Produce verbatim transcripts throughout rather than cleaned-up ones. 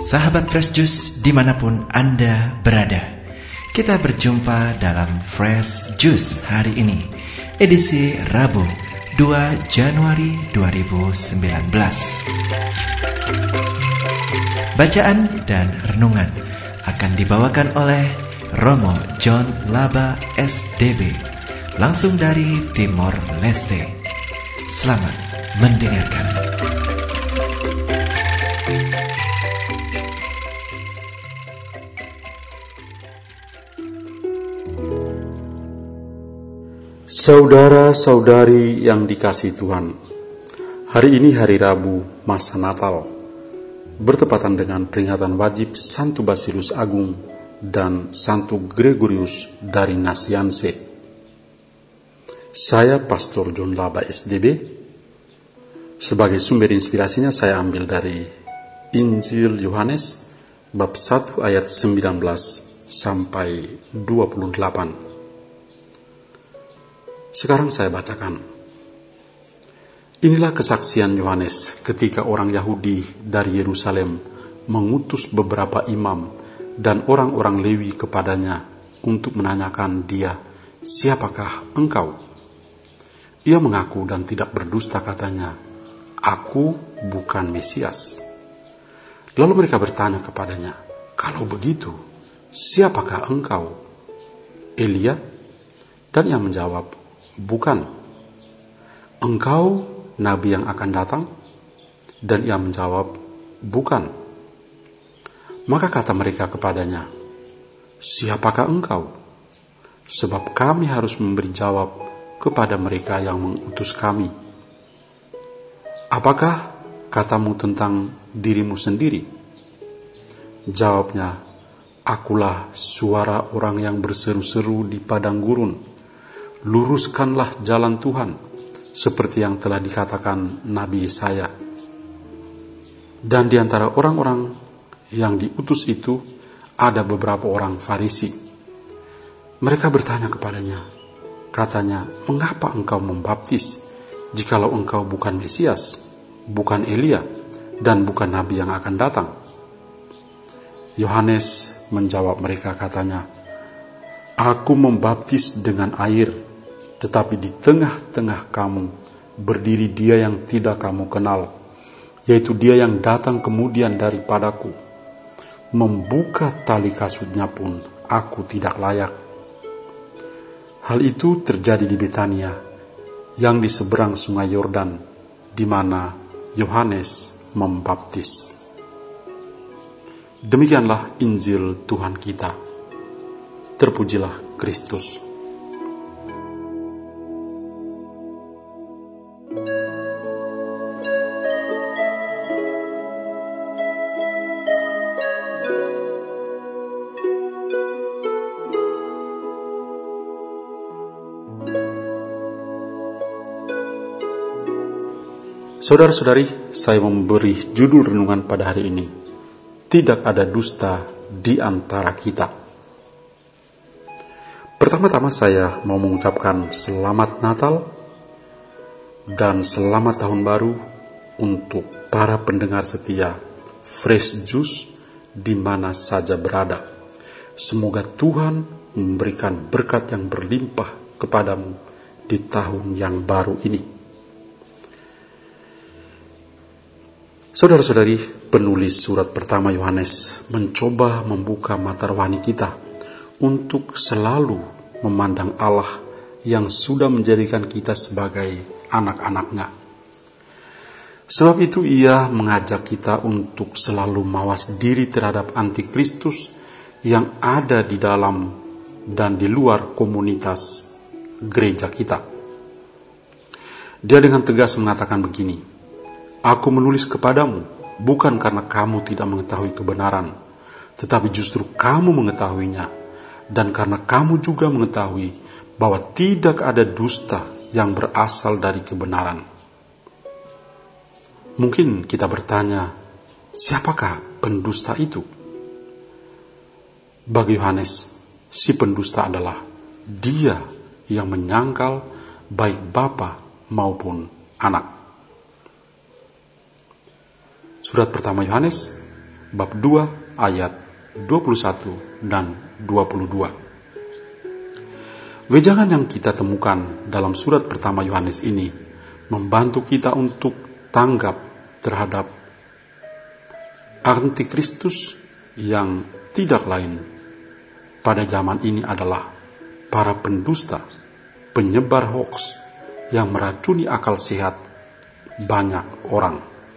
Sahabat Fresh Juice dimanapun Anda berada, kita berjumpa dalam Fresh Juice hari ini, edisi Rabu dua Januari dua ribu sembilan belas. Bacaan dan renungan akan dibawakan oleh Romo John Laba S D B, langsung dari Timor Leste. Selamat mendengarkan. Saudara-saudari yang dikasihi Tuhan, hari ini hari Rabu masa Natal, bertepatan dengan peringatan wajib Santo Basilus Agung dan Santo Gregorius dari Nazianze. Saya Pastor John Laba S D B. Sebagai sumber inspirasinya saya ambil dari Injil Yohanes bab satu ayat sembilan belas sampai dua puluh delapan. Sekarang saya bacakan. Inilah kesaksian Yohanes ketika orang Yahudi dari Yerusalem mengutus beberapa imam dan orang-orang Lewi kepadanya untuk menanyakan dia, "Siapakah engkau?" Ia mengaku dan tidak berdusta katanya, "Aku bukan Mesias." Lalu mereka bertanya kepadanya, "Kalau begitu, siapakah engkau? Elia?" Dan ia menjawab, "Bukan." "Engkau nabi yang akan datang?" Dan ia menjawab, "Bukan." Maka kata mereka kepadanya, "Siapakah engkau? Sebab kami harus memberi jawab kepada mereka yang mengutus kami. Apakah katamu tentang dirimu sendiri?" Jawabnya, "Akulah suara orang yang berseru-seru di padang gurun, luruskanlah jalan Tuhan, seperti yang telah dikatakan Nabi Yesaya." Dan di antara orang-orang yang diutus itu ada beberapa orang Farisi. Mereka bertanya kepadanya, katanya, "Mengapa engkau membaptis, jikalau engkau bukan Mesias, bukan Elia, dan bukan Nabi yang akan datang?" Yohanes menjawab mereka katanya, "Aku membaptis dengan air, tetapi di tengah-tengah kamu berdiri Dia yang tidak kamu kenal, yaitu Dia yang datang kemudian daripadaku. Membuka tali kasutnya pun aku tidak layak." Hal itu terjadi di Betania, yang di seberang sungai Yordan, di mana Yohanes membaptis. Demikianlah Injil Tuhan kita. Terpujilah Kristus. Saudara-saudari, saya memberi judul renungan pada hari ini, tidak ada dusta di antara kita. Pertama-tama saya mau mengucapkan selamat Natal dan selamat Tahun Baru untuk para pendengar setia Fresh Juice di mana saja berada. Semoga Tuhan memberikan berkat yang berlimpah kepadamu di tahun yang baru ini. Saudara-saudari, penulis surat pertama Yohanes mencoba membuka mata rohani kita untuk selalu memandang Allah yang sudah menjadikan kita sebagai anak-anaknya. Sebab itu ia mengajak kita untuk selalu mawas diri terhadap antikristus yang ada di dalam dan di luar komunitas gereja kita. Dia dengan tegas mengatakan begini, "Aku menulis kepadamu, bukan karena kamu tidak mengetahui kebenaran, tetapi justru kamu mengetahuinya, dan karena kamu juga mengetahui bahwa tidak ada dusta yang berasal dari kebenaran." Mungkin kita bertanya, siapakah pendusta itu? Bagi Yohanes, si pendusta adalah dia yang menyangkal baik bapa maupun anak. Surat pertama Yohanes bab dua ayat dua puluh satu dan dua puluh dua. Wejangan yang kita temukan dalam surat pertama Yohanes ini membantu kita untuk tanggap terhadap antikristus yang tidak lain pada zaman ini adalah para pendusta, penyebar hoaks yang meracuni akal sehat banyak orang.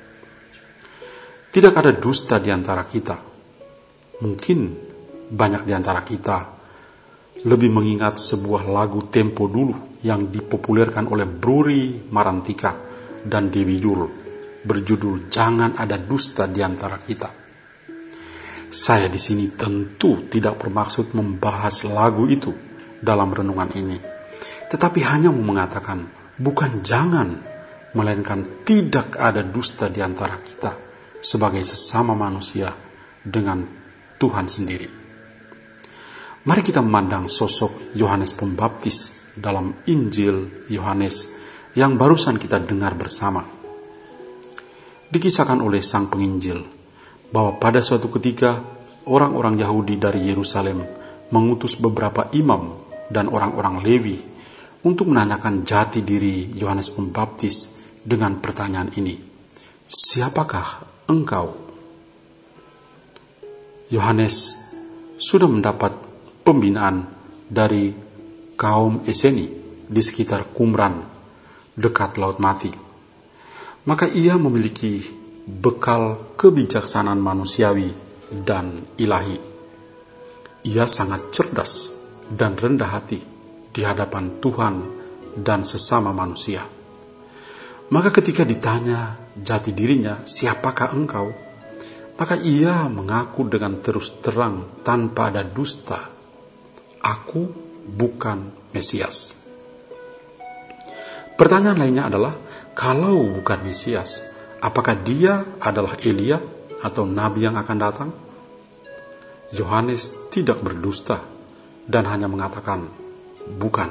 Tidak ada dusta di antara kita. Mungkin banyak di antara kita lebih mengingat sebuah lagu tempo dulu yang dipopulerkan oleh Bruri Marantika dan Dewi Jul berjudul Jangan Ada Dusta di Antara Kita. Saya di sini tentu tidak bermaksud membahas lagu itu dalam renungan ini, tetapi hanya mau mengatakan bukan jangan, melainkan tidak ada dusta di antara kita sebagai sesama manusia dengan Tuhan sendiri. Mari kita memandang sosok Yohanes Pembaptis dalam Injil Yohanes yang barusan kita dengar bersama. Dikisahkan oleh sang penginjil bahwa pada suatu ketika orang-orang Yahudi dari Yerusalem mengutus beberapa imam dan orang-orang Lewi untuk menanyakan jati diri Yohanes Pembaptis dengan pertanyaan ini, siapakah engkau? Yohanes sudah mendapat pembinaan dari kaum Eseni di sekitar Qumran, dekat Laut Mati. Maka ia memiliki bekal kebijaksanaan manusiawi dan ilahi. Ia sangat cerdas dan rendah hati di hadapan Tuhan dan sesama manusia. Maka ketika ditanya jati dirinya, siapakah engkau? Maka ia mengaku dengan terus terang tanpa ada dusta, aku bukan Mesias. Pertanyaan lainnya adalah, kalau bukan Mesias, apakah dia adalah Elia atau nabi yang akan datang? Yohanes tidak berdusta dan hanya mengatakan, bukan.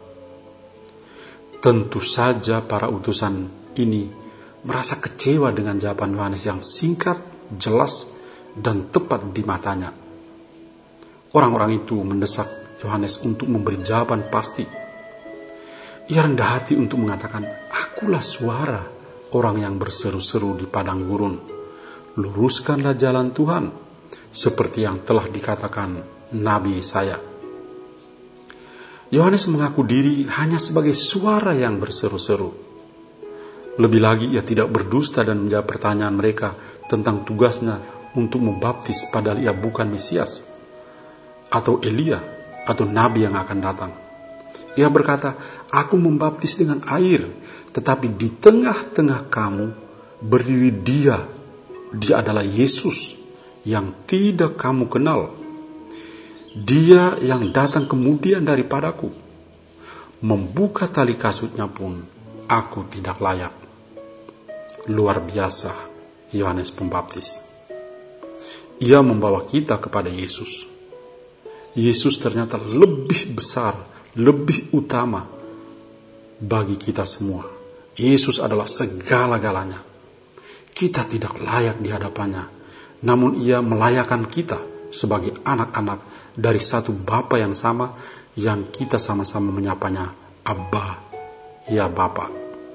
Tentu saja para utusan ini merasa kecewa dengan jawaban Yohanes yang singkat, jelas, dan tepat di matanya. Orang-orang itu mendesak Yohanes untuk memberi jawaban pasti. Ia rendah hati untuk mengatakan, akulah suara orang yang berseru-seru di padang gurun. Luruskanlah jalan Tuhan, seperti yang telah dikatakan Nabi Yesaya. Yohanes mengaku diri hanya sebagai suara yang berseru-seru. Lebih lagi ia tidak berdusta dan menjawab pertanyaan mereka tentang tugasnya untuk membaptis padahal ia bukan Mesias atau Elia atau nabi yang akan datang. Ia berkata, aku membaptis dengan air, tetapi di tengah-tengah kamu berdiri dia. Dia adalah Yesus yang tidak kamu kenal. Dia yang datang kemudian daripadaku. Membuka tali kasutnya pun aku tidak layak. Luar biasa Yohanes Pembaptis. Ia membawa kita kepada Yesus. Yesus ternyata lebih besar, lebih utama bagi kita semua. Yesus adalah segala-galanya. Kita tidak layak di hadapannya, namun ia melayakkan kita sebagai anak-anak dari satu Bapa yang sama, yang kita sama-sama menyapanya Abba, ya Bapa.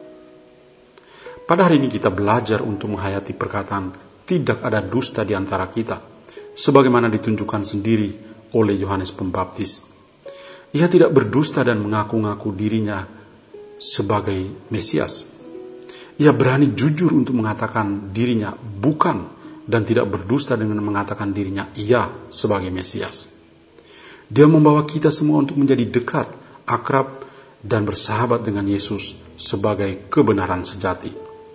Pada hari ini kita belajar untuk menghayati perkataan tidak ada dusta di antara kita, sebagaimana ditunjukkan sendiri oleh Yohanes Pembaptis. Ia tidak berdusta dan mengaku-ngaku dirinya sebagai Mesias. Ia berani jujur untuk mengatakan dirinya bukan, dan tidak berdusta dengan mengatakan dirinya iya sebagai Mesias. Dia membawa kita semua untuk menjadi dekat, akrab, dan bersahabat dengan Yesus sebagai kebenaran sejati.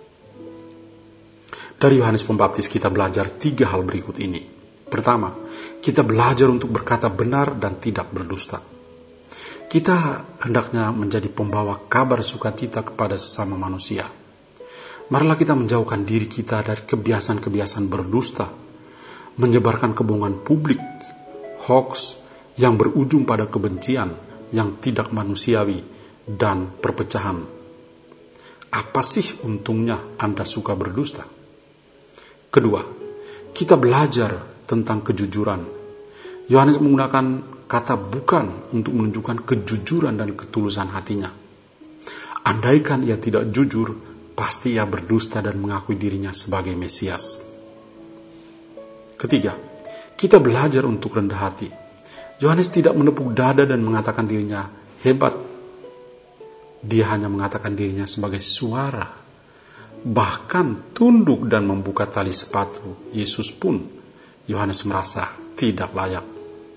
Dari Yohanes Pembaptis kita belajar tiga hal berikut ini. Pertama, kita belajar untuk berkata benar dan tidak berdusta. Kita hendaknya menjadi pembawa kabar sukacita kepada sesama manusia. Marilah kita menjauhkan diri kita dari kebiasaan-kebiasaan berdusta, menyebarkan kebohongan publik, hoax yang berujung pada kebencian yang tidak manusiawi dan perpecahan. Apa sih untungnya Anda suka berdusta? Kedua, kita belajar tentang kejujuran. Yohanes menggunakan kata bukan untuk menunjukkan kejujuran dan ketulusan hatinya. Andaikan ia tidak jujur, pasti ia berdusta dan mengakui dirinya sebagai Mesias. Ketiga, kita belajar untuk rendah hati. Yohanes tidak menepuk dada dan mengatakan dirinya hebat. Dia hanya mengatakan dirinya sebagai suara. Bahkan tunduk dan membuka tali sepatu Yesus pun Yohanes merasa tidak layak.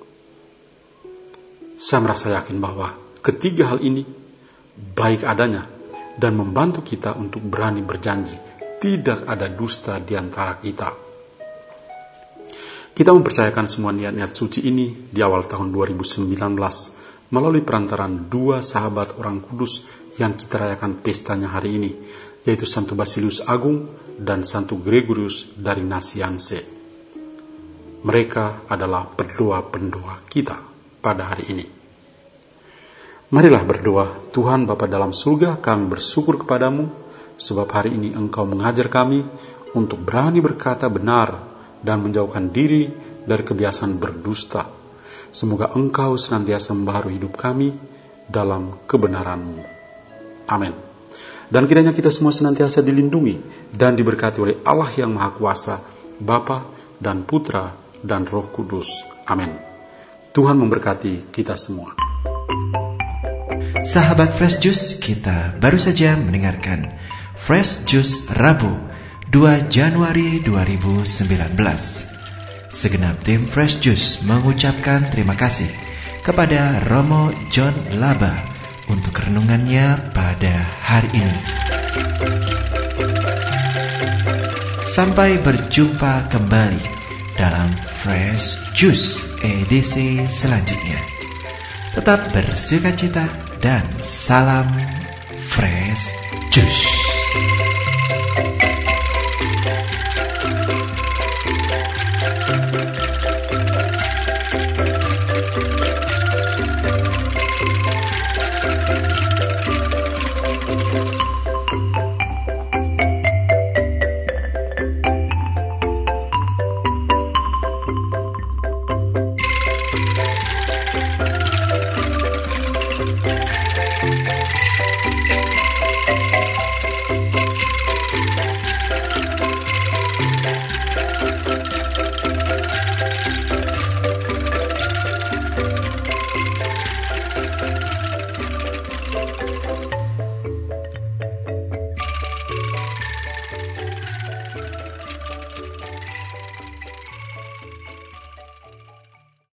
Saya merasa yakin bahwa ketiga hal ini baik adanya dan membantu kita untuk berani berjanji tidak ada dusta di antara kita. Kita mempercayakan semua niat-niat suci ini di awal tahun dua ribu sembilan belas melalui perantaran dua sahabat orang kudus yang kita rayakan pestanya hari ini, yaitu Santo Basilius Agung dan Santo Gregorius dari Nazianze. Mereka adalah pendoa-pendoa kita pada hari ini. Marilah berdoa. Tuhan Bapa dalam surga, kami bersyukur kepadamu sebab hari ini Engkau mengajar kami untuk berani berkata benar dan menjauhkan diri dari kebiasaan berdusta. Semoga Engkau senantiasa membaharui hidup kami dalam kebenaran-Mu. Amin. Dan kiranya kita semua senantiasa dilindungi dan diberkati oleh Allah yang Maha Kuasa, Bapa dan Putra dan Roh Kudus. Amin. Tuhan memberkati kita semua. Sahabat Fresh Juice, kita baru saja mendengarkan Fresh Juice Rabu dua Januari dua ribu sembilan belas. Segenap tim Fresh Juice mengucapkan terima kasih kepada Romo John Laba untuk renungannya pada hari ini. Sampai berjumpa kembali dalam Fresh Juice edisi selanjutnya. Tetap bersukacita dan salam Fresh Juice.